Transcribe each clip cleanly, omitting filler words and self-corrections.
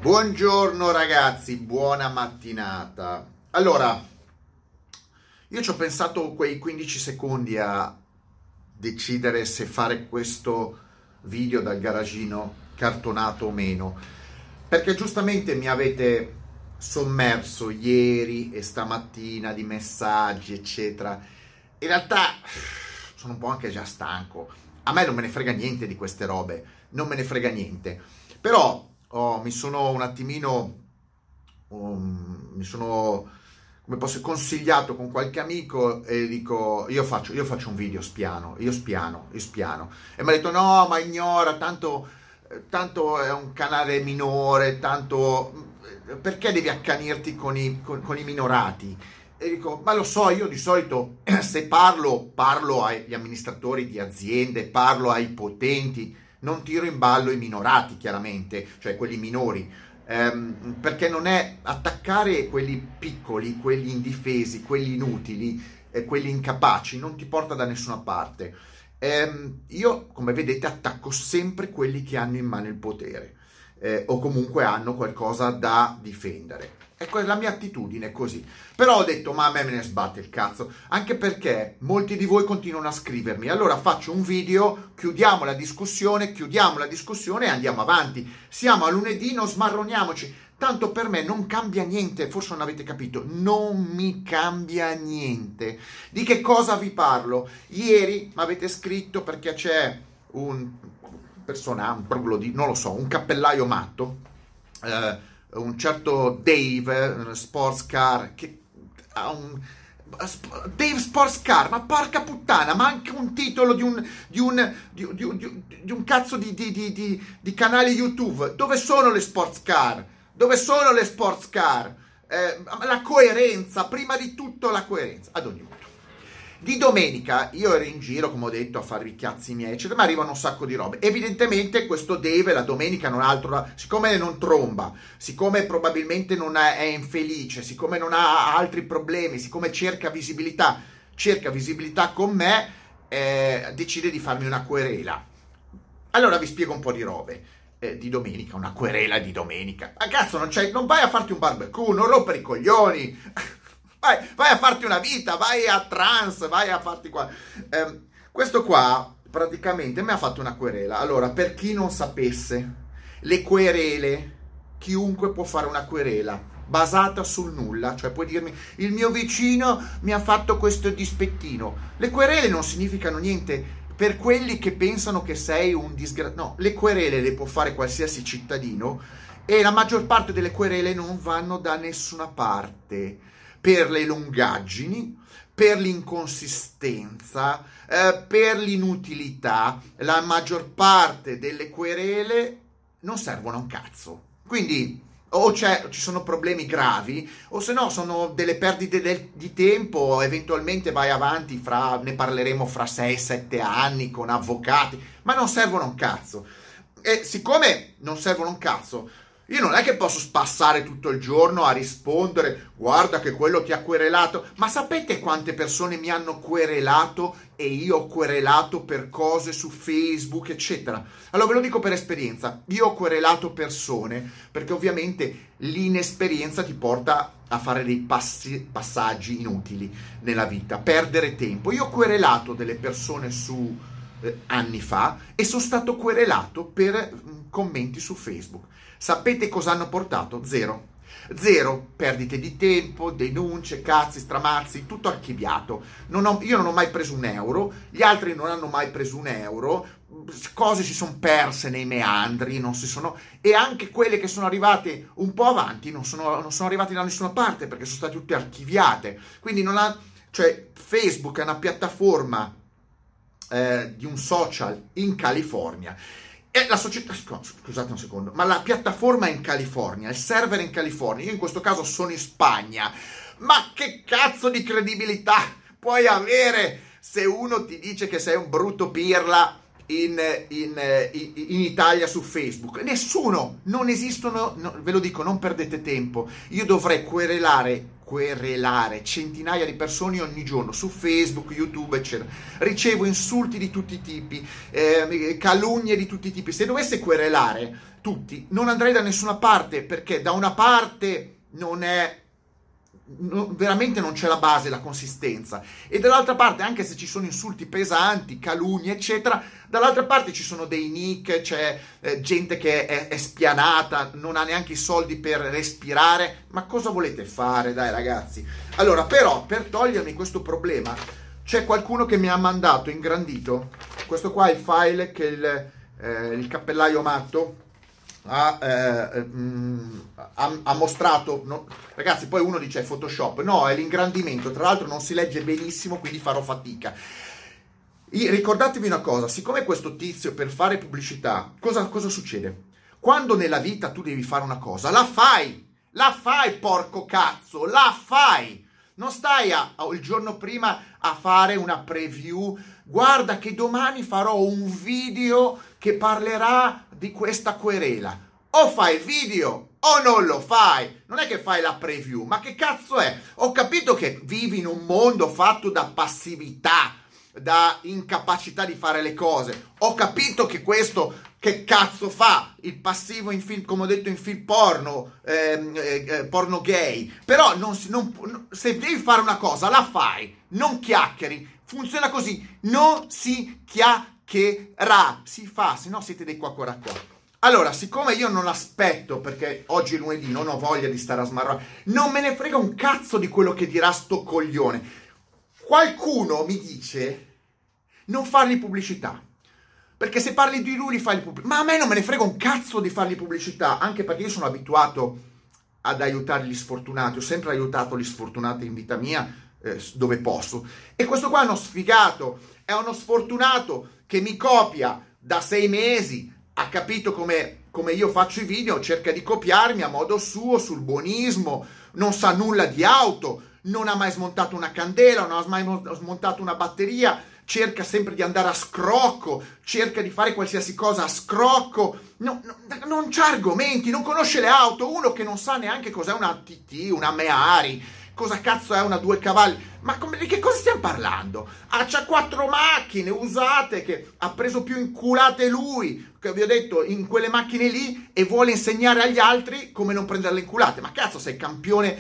Buongiorno ragazzi, buona mattinata. Allora, io ci ho pensato quei 15 secondi a decidere se fare questo video dal garagino cartonato o meno, perché giustamente mi avete sommerso ieri e stamattina di messaggi, eccetera. In realtà sono un po' anche già stanco. A me non me ne frega niente di queste robe, non me ne frega niente. Però mi sono un attimino, come posso, consigliato con qualche amico e dico, io faccio un video, io spiano. E mi ha detto, no, ma ignora, tanto è un canale minore, tanto, perché devi accanirti con i minorati? E dico, ma lo so, io di solito se parlo agli amministratori di aziende, parlo ai potenti, non tiro in ballo i minorati, chiaramente, cioè quelli minori, perché non è attaccare quelli piccoli, quelli indifesi, quelli inutili, quelli incapaci, non ti porta da nessuna parte. Io, come vedete, attacco sempre quelli che hanno in mano il potere, o comunque hanno qualcosa da difendere. Ecco, la mia attitudine è così. Però ho detto, ma a me ne sbatte il cazzo, anche perché molti di voi continuano a scrivermi. Allora faccio un video, chiudiamo la discussione e andiamo avanti. Siamo a lunedì, non smarroniamoci. Tanto per me non cambia niente, forse non avete capito, non mi cambia niente. Di che cosa vi parlo? Ieri mi avete scritto perché c'è un troglodito, non lo so, un cappellaio matto, un certo Dave Sportscar che ha un Dave Sportscar, ma porca puttana, ma anche un titolo di un cazzo di canale YouTube. Dove sono le sportscar? Dove sono le sportscar? La coerenza, prima di tutto la coerenza. Ad ogni modo, di domenica io ero in giro, come ho detto, a fare i cazzi miei, eccetera, ma arrivano un sacco di robe. Evidentemente questo Dave la domenica non ha altro, siccome non tromba, siccome probabilmente non è infelice, siccome non ha altri problemi, siccome cerca visibilità con me, decide di farmi una querela. Allora vi spiego un po' di robe. Di domenica, una querela di domenica. Ma cazzo, non vai a farti un barbecue, non rompere i coglioni. Vai a farti una vita, vai a trans, vai a farti qua. Questo qua praticamente mi ha fatto una querela. Allora, per chi non sapesse, le querele, chiunque può fare una querela basata sul nulla, cioè puoi dirmi il mio vicino mi ha fatto questo dispettino. Le querele non significano niente per quelli che pensano che sei un disgraziato. No, le querele le può fare qualsiasi cittadino e la maggior parte delle querele non vanno da nessuna parte. Per le lungaggini, per l'inconsistenza, per l'inutilità, la maggior parte delle querele non servono a un cazzo. Quindi o ci sono problemi gravi, o se no sono delle perdite di tempo, eventualmente vai avanti, ne parleremo fra 6-7 anni con avvocati, ma non servono a un cazzo. E siccome non servono a un cazzo, io non è che posso spassare tutto il giorno a rispondere, guarda che quello ti ha querelato. Ma sapete quante persone mi hanno querelato e io ho querelato per cose su Facebook, eccetera? Allora ve lo dico per esperienza, io ho querelato persone perché ovviamente l'inesperienza ti porta a fare dei passaggi inutili nella vita, perdere tempo. Io ho querelato delle persone su anni fa e sono stato querelato per commenti su Facebook. Sapete cosa hanno portato? Zero, perdite di tempo, denunce, cazzi, stramazzi, tutto archiviato. Io non ho mai preso un euro, gli altri non hanno mai preso un euro, cose si sono perse nei meandri, e anche quelle che sono arrivate un po' avanti non sono arrivate da nessuna parte perché sono state tutte archiviate. Quindi cioè Facebook è una piattaforma di un social in California. E la società, scusate un secondo, ma la piattaforma è in California, il server è in California, io in questo caso sono in Spagna. Ma che cazzo di credibilità puoi avere se uno ti dice che sei un brutto pirla in Italia su Facebook? Nessuno, non esistono, no, ve lo dico, non perdete tempo. Io dovrei querelare querelare centinaia di persone ogni giorno su Facebook, YouTube, eccetera. Ricevo insulti di tutti i tipi, calunnie di tutti i tipi. Se dovesse querelare tutti, non andrei da nessuna parte, perché da una parte veramente non c'è la base, la consistenza, e dall'altra parte, anche se ci sono insulti pesanti, calunnie eccetera, dall'altra parte ci sono dei nick, c'è gente che è spianata, non ha neanche i soldi per respirare. Ma cosa volete fare, dai ragazzi? Allora, però, per togliermi questo problema, c'è qualcuno che mi ha mandato ingrandito, questo qua è il file che il cappellaio matto ha mostrato, no? Ragazzi, poi uno dice è Photoshop, no, è l'ingrandimento, tra l'altro non si legge benissimo, quindi farò fatica. Ricordatevi una cosa, siccome questo tizio per fare pubblicità, cosa succede? Quando nella vita tu devi fare una cosa, la fai, porco cazzo, la fai, non stai il giorno prima a fare una preview, guarda che domani farò un video che parlerà di questa querela. O fai il video o non lo fai. Non è che fai la preview, ma che cazzo è? Ho capito che vivi in un mondo fatto da passività, da incapacità di fare le cose. Ho capito che questo, che cazzo fa? Il passivo in film, come ho detto, in film porno, porno gay. Però se devi fare una cosa, la fai, non chiacchieri. Funziona così, non si chiacchierà, si fa, se no siete dei qua. Allora, siccome io non aspetto, perché oggi è lunedì, non ho voglia di stare a smarrare, non me ne frega un cazzo di quello che dirà sto coglione. Qualcuno mi dice non fargli pubblicità, perché se parli di lui li fai pubblicità. Ma a me non me ne frega un cazzo di fargli pubblicità, anche perché io sono abituato ad aiutare gli sfortunati, ho sempre aiutato gli sfortunati in vita mia, dove posso. E questo qua è uno sfigato, è uno sfortunato che mi copia da 6 mesi, ha capito come io faccio i video, cerca di copiarmi a modo suo, sul buonismo, non sa nulla di auto, non ha mai smontato una candela, non ha mai smontato una batteria, cerca sempre di andare a scrocco, cerca di fare qualsiasi cosa a scrocco, non c'ha argomenti, non conosce le auto, uno che non sa neanche cos'è una TT, una Meari, cosa cazzo è una 2 cavalli, ma di che cosa stiamo parlando? C'ha 4 macchine usate che ha preso più inculate lui, che vi ho detto, in quelle macchine lì, e vuole insegnare agli altri come non prenderle inculate. Ma cazzo, sei campione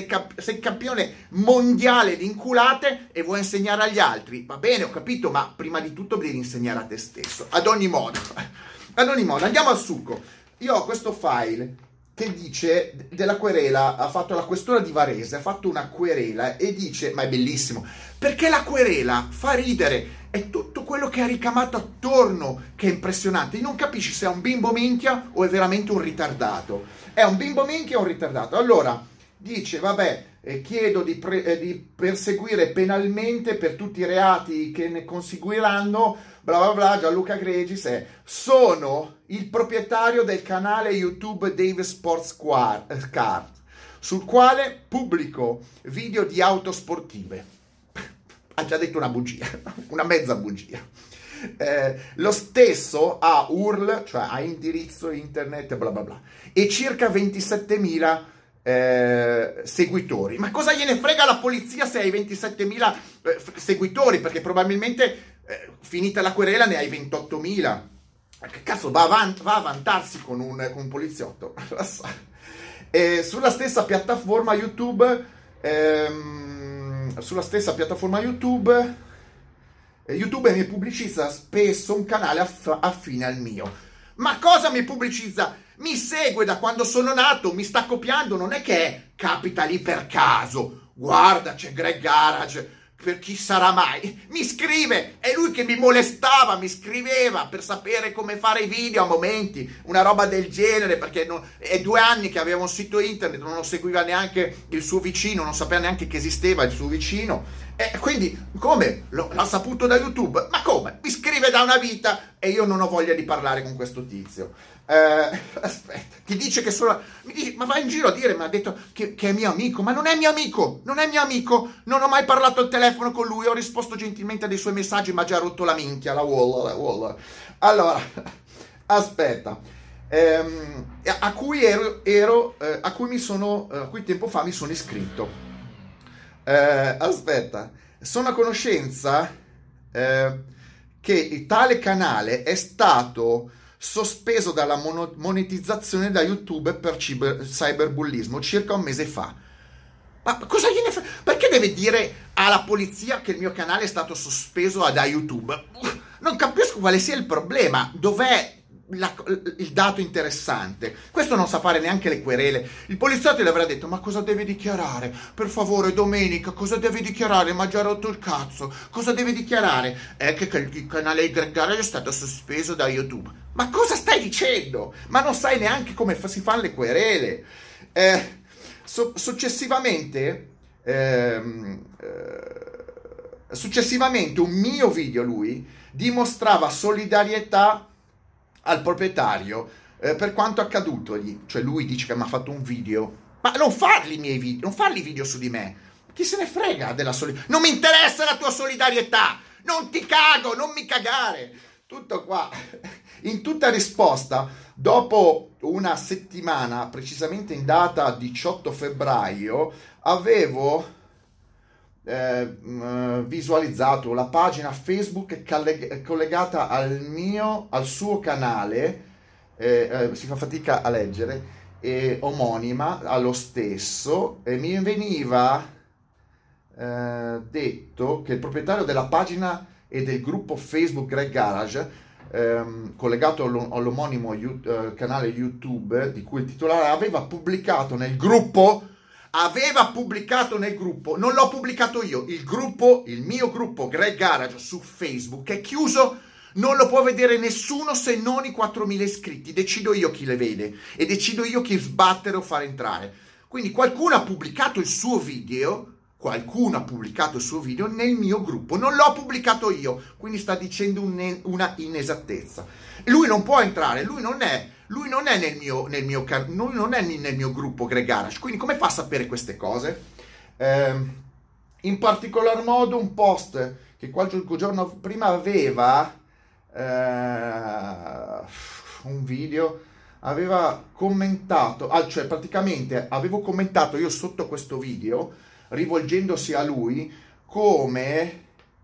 mondiale di inculate e vuoi insegnare agli altri? Va bene, ho capito, ma prima di tutto devi insegnare a te stesso. Ad ogni modo, andiamo al succo. Io ho questo file che dice della querela, ha fatto la questura di Varese, ha fatto una querela e dice, ma è bellissimo, perché la querela fa ridere, è tutto quello che ha ricamato attorno che è impressionante, non capisci se è un bimbo minchia o è veramente un ritardato, è un bimbo minchia o un ritardato. Allora, dice, vabbè, chiedo di perseguire penalmente per tutti i reati che ne conseguiranno, bla bla bla, Gianluca Gregis sono il proprietario del canale YouTube Dave Sports Car, sul quale pubblico video di auto sportive. Ha già detto una bugia, una mezza bugia. Lo stesso ha URL, cioè ha indirizzo internet, bla bla bla, e circa 27.000 seguitori. Ma cosa gliene frega alla polizia se hai 27.000 seguitori? Perché probabilmente finita la querela ne hai 28.000. Che cazzo, va a vantarsi con un poliziotto? Sulla stessa piattaforma YouTube, YouTube mi pubblicizza spesso un canale affine al mio. Ma cosa mi pubblicizza? Mi segue da quando sono nato, mi sta copiando, non è che capita lì per caso. Guarda, c'è Greg Garage, per chi sarà mai? Mi scrive, è lui che mi molestava, mi scriveva per sapere come fare i video a momenti, una roba del genere, perché è 2 anni che aveva un sito internet, non lo seguiva neanche il suo vicino, non sapeva neanche che esisteva il suo vicino, e quindi come? L'ha saputo da YouTube? Ma come? Mi scrive da una vita e io non ho voglia di parlare con questo tizio. Aspetta, ti dice che mi dice, ma va in giro a dire, mi ha detto che è mio amico, ma non è mio amico, non ho mai parlato al telefono con lui, ho risposto gentilmente a dei suoi messaggi, ma ha già rotto la minchia, la wall. Allora, aspetta, a cui tempo fa mi sono iscritto. Aspetta, sono a conoscenza che tale canale è stato sospeso dalla monetizzazione da YouTube per cyberbullismo circa un mese fa. Ma cosa gliene frega? Perché deve dire alla polizia che il mio canale è stato sospeso da YouTube? Non capisco quale sia il problema. Dov'è il dato interessante? Questo non sa fare neanche le querele. Il poliziotto gli avrà detto: ma cosa deve dichiarare? Per favore, domenica, cosa deve dichiarare? Ma ha già rotto il cazzo. Cosa deve dichiarare? È che il canale Gregario è stato sospeso da YouTube. Ma cosa stai dicendo? Ma non sai neanche come si fanno le querele. Successivamente un mio video, lui dimostrava solidarietà al proprietario per quanto accadutogli. Cioè lui dice che mi ha fatto un video, ma non farli i miei video, non farli video su di me. Chi se ne frega della solidarietà? Non mi interessa la tua solidarietà, non ti cago, non mi cagare. Tutto qua. In tutta risposta, dopo una settimana, precisamente in data 18 febbraio, avevo visualizzato la pagina Facebook collegata al suo canale, si fa fatica a leggere, omonima allo stesso, e mi veniva detto che il proprietario della pagina e del gruppo Facebook Greg Garage, collegato all'omonimo canale YouTube, di cui il titolare aveva pubblicato nel gruppo, non l'ho pubblicato io, il mio gruppo Greg Garage su Facebook è chiuso, non lo può vedere nessuno se non i 4.000 iscritti, decido io chi le vede e decido io chi sbattere o far entrare. Quindi qualcuno ha pubblicato il suo video nel mio gruppo, non l'ho pubblicato io, quindi sta dicendo una inesattezza. Lui non può entrare, lui non è nel mio gruppo Greg Garage, quindi come fa a sapere queste cose? In particolar modo un post che qualche giorno prima aveva un video, aveva commentato, cioè praticamente avevo commentato io sotto questo video, rivolgendosi a lui, come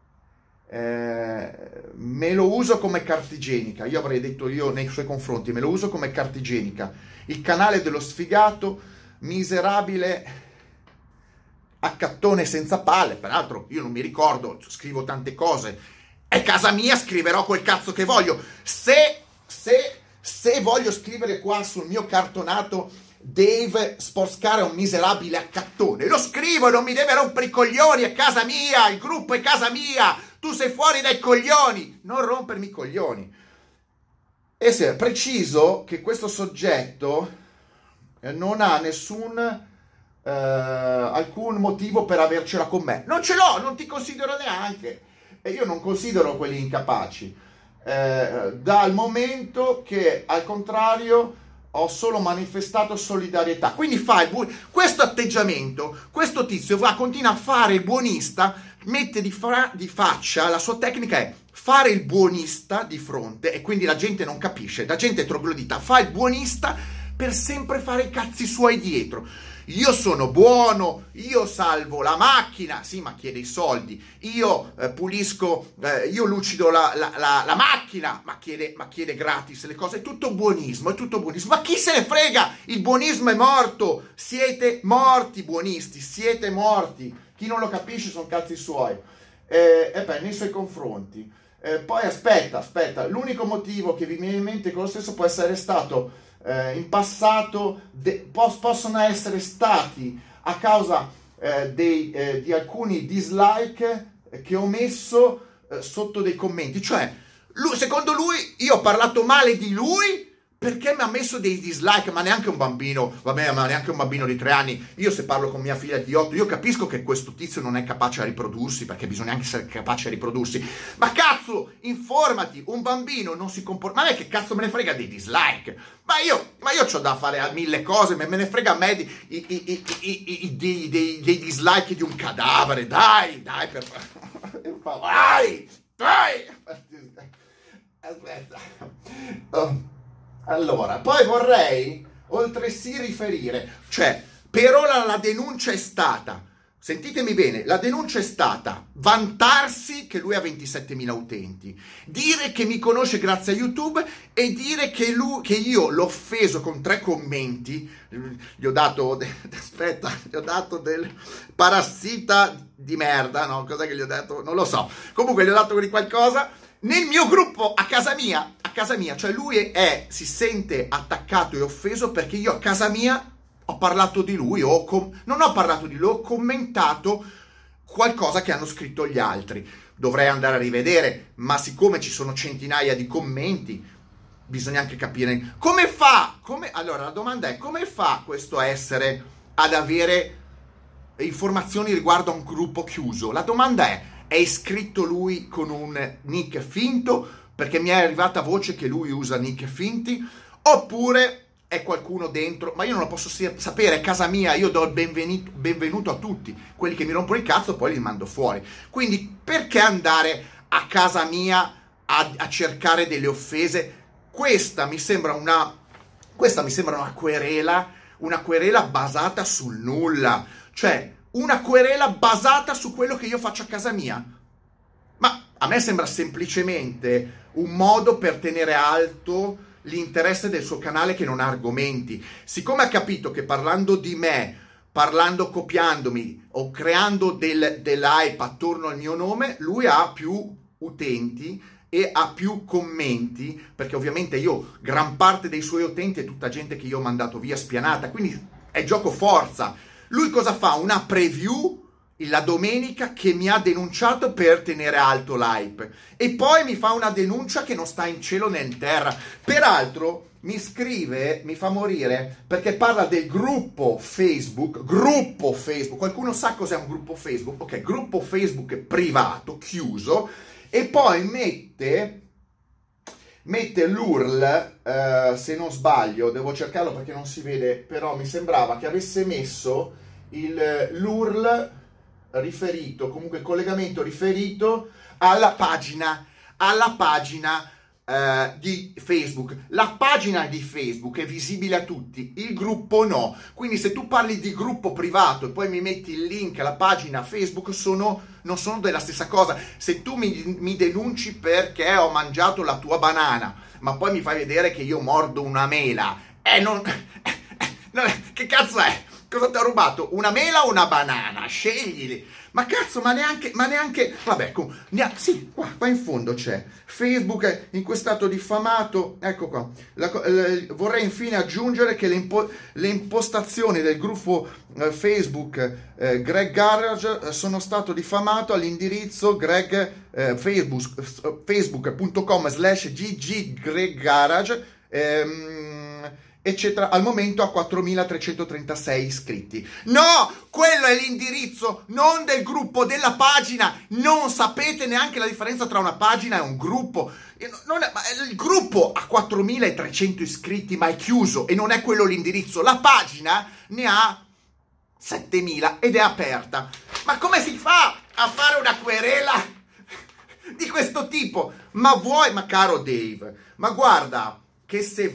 me lo uso come carta igienica. Io avrei detto io nei suoi confronti: me lo uso come carta igienica, il canale dello sfigato, miserabile accattone senza palle. Peraltro io non mi ricordo, scrivo tante cose, è casa mia, scriverò quel cazzo che voglio. Se voglio scrivere qua sul mio cartonato Dave Sportscar è un miserabile accattone, lo scrivo, non mi deve rompere i coglioni, è casa mia, il gruppo è casa mia, tu sei fuori dai coglioni, non rompermi i coglioni. E se preciso che questo soggetto non ha alcun motivo per avercela con me, non ce l'ho, non ti considero neanche, e io non considero quelli incapaci, dal momento che al contrario ho solo manifestato solidarietà. Quindi questo atteggiamento, questo tizio continua a fare il buonista, mette di faccia, la sua tecnica è fare il buonista di fronte, e quindi la gente non capisce, la gente è troglodita, fa il buonista per sempre fare i cazzi suoi dietro. Io sono buono, io salvo la macchina, sì, ma chiede i soldi, io pulisco, io lucido la macchina, ma chiede gratis le cose, è tutto buonismo, ma chi se ne frega, il buonismo è morto, siete morti buonisti, siete morti, chi non lo capisce sono cazzi suoi, nei suoi confronti. Poi aspetta, l'unico motivo che vi viene in mente con lo stesso può essere stato in passato, possono essere stati a causa di alcuni dislike che ho messo sotto dei commenti. Cioè, secondo lui, io ho parlato male di lui perché mi ha messo dei dislike, ma neanche un bambino, vabbè, ma neanche un bambino di 3 anni. Io se parlo con mia figlia di 8, io capisco che questo tizio non è capace a riprodursi, perché bisogna anche essere capace a riprodursi. Ma cazzo, informati, un bambino non si comporta, ma che cazzo me ne frega dei dislike? Ma io c'ho da fare a 1000 cose, me ne frega a me dei dislike di un cadavere, dai, per vai, aspetta. Allora, poi vorrei altresì riferire, cioè, per ora la denuncia è stata sentitemi bene, la denuncia è stata vantarsi che lui ha 27.000 utenti, dire che mi conosce grazie a YouTube e dire che io l'ho offeso con 3 commenti, gli ho dato, gli ho dato del parassita di merda, no? Cos'è che gli ho dato? Non lo so. Comunque gli ho dato di qualcosa nel mio gruppo a casa mia, cioè lui si sente attaccato e offeso perché io a casa mia ho parlato di lui, non ho parlato di lui, ho commentato qualcosa che hanno scritto gli altri. Dovrei andare a rivedere, ma siccome ci sono centinaia di commenti, bisogna anche capire come fa. Allora la domanda è: come fa questo essere ad avere informazioni riguardo a un gruppo chiuso? La domanda è iscritto lui con un nick finto? Perché mi è arrivata voce che lui usa nick finti, oppure è qualcuno dentro, ma io non lo posso sapere, è casa mia, io do il benvenuto a tutti, quelli che mi rompono il cazzo poi li mando fuori. Quindi perché andare a casa mia a cercare delle offese? Questa mi sembra una querela basata sul nulla, cioè una querela basata su quello che io faccio a casa mia. Ma a me sembra semplicemente un modo per tenere alto l'interesse del suo canale che non ha argomenti. Siccome ha capito che parlando di me, copiandomi o creando dell'hype attorno al mio nome, lui ha più utenti e ha più commenti, perché ovviamente gran parte dei suoi utenti è tutta gente che io ho mandato via spianata, quindi è gioco forza. Lui cosa fa? Una preview la domenica che mi ha denunciato per tenere alto l'hype e poi mi fa una denuncia che non sta in cielo né in terra. Peraltro mi scrive, mi fa morire, perché parla del gruppo Facebook. Qualcuno sa cos'è un gruppo Facebook? Ok, gruppo Facebook privato, chiuso, e poi mette l'URL, se non sbaglio, devo cercarlo perché non si vede, però mi sembrava che avesse messo l'URL riferito, comunque il collegamento riferito alla pagina di Facebook. La pagina di Facebook è visibile a tutti, il gruppo no. Quindi se tu parli di gruppo privato e poi mi metti il link alla pagina Facebook, non sono della stessa cosa. Se tu mi denunci perché ho mangiato la tua banana, ma poi mi fai vedere che io mordo una mela, che cazzo è? Cosa ti ho rubato? Una mela o una banana? Sceglili. Ma cazzo, ma neanche vabbè, sì, qua in fondo c'è Facebook è inquestato diffamato. Ecco qua. Vorrei infine aggiungere che le impostazioni del gruppo Facebook Greg Garage sono stato diffamato all'indirizzo facebook.com/ggreggarage, eccetera. Al momento ha 4.336 iscritti. No, quello è l'indirizzo non del gruppo, della pagina. Non sapete neanche la differenza tra una pagina e un gruppo. Il gruppo ha 4.300 iscritti, ma è chiuso e non è quello l'indirizzo. La pagina ne ha 7.000 ed è aperta. Ma come si fa a fare una querela di questo tipo? Ma caro Dave, ma guarda che se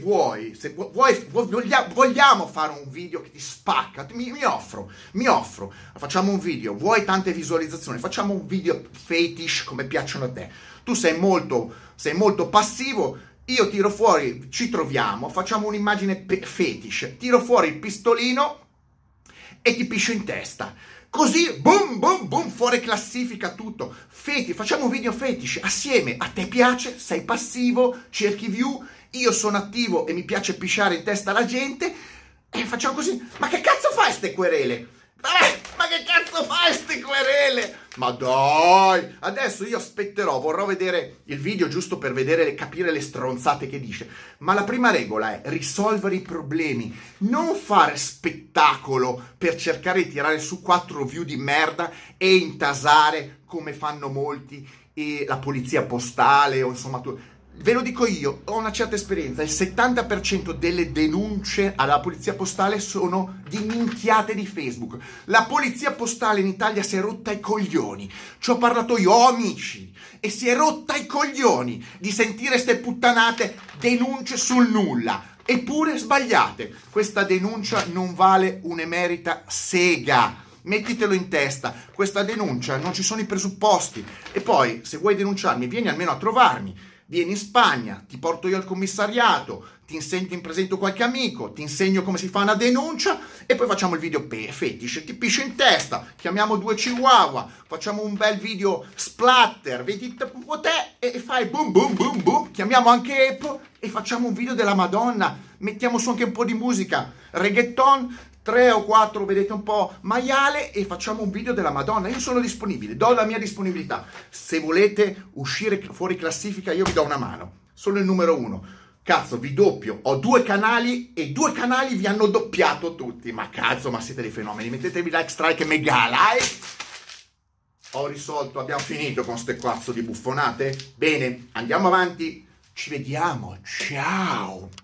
vogliamo fare un video che ti spacca, mi offro, facciamo un video, vuoi tante visualizzazioni, facciamo un video fetish come piacciono a te. Tu sei molto passivo, io tiro fuori, ci troviamo, facciamo un'immagine fetish, tiro fuori il pistolino e ti piscio in testa. Così, boom, boom, boom, fuori classifica tutto. Facciamo un video fetish assieme. A te piace, sei passivo, cerchi view, io sono attivo e mi piace pisciare in testa alla gente. E facciamo così. Ma che cazzo fai ste querele? Ma che cazzo fai ste querele? Ma dai! Adesso io vorrò vedere il video giusto per capire le stronzate che dice. Ma la prima regola è risolvere i problemi, non fare spettacolo per cercare di tirare su 4 view di merda e intasare come fanno molti e la polizia postale o insomma ve lo dico io, ho una certa esperienza, il 70% delle denunce alla polizia postale sono di minchiate di Facebook. La polizia postale in Italia si è rotta i coglioni, ci ho parlato io, ho amici, e si è rotta i coglioni di sentire ste puttanate, denunce sul nulla, eppure sbagliate. Questa denuncia non vale un'emerita sega. mettitelo in testa, questa denuncia non ci sono i presupposti. E poi, se vuoi denunciarmi, vieni almeno a trovarmi. Vieni in Spagna, ti porto io al commissariato, ti presento qualche amico, ti insegno come si fa una denuncia e poi facciamo il video fetish, ti pisci in testa, chiamiamo 2 chihuahua, facciamo un bel video splatter, vedi te e fai boom boom boom boom, chiamiamo anche Epo e facciamo un video della Madonna, mettiamo su anche un po' di musica, reggaeton, 3 o 4, vedete un po', maiale e facciamo un video della Madonna. Io sono disponibile, do la mia disponibilità. Se volete uscire fuori classifica io vi do una mano. Sono il numero 1. Cazzo, vi doppio. Ho 2 canali e 2 canali vi hanno doppiato tutti. Ma cazzo, ma siete dei fenomeni. Mettetevi like, strike e mega like. Ho risolto, abbiamo finito con ste cazzo di buffonate? Bene, andiamo avanti. Ci vediamo. Ciao.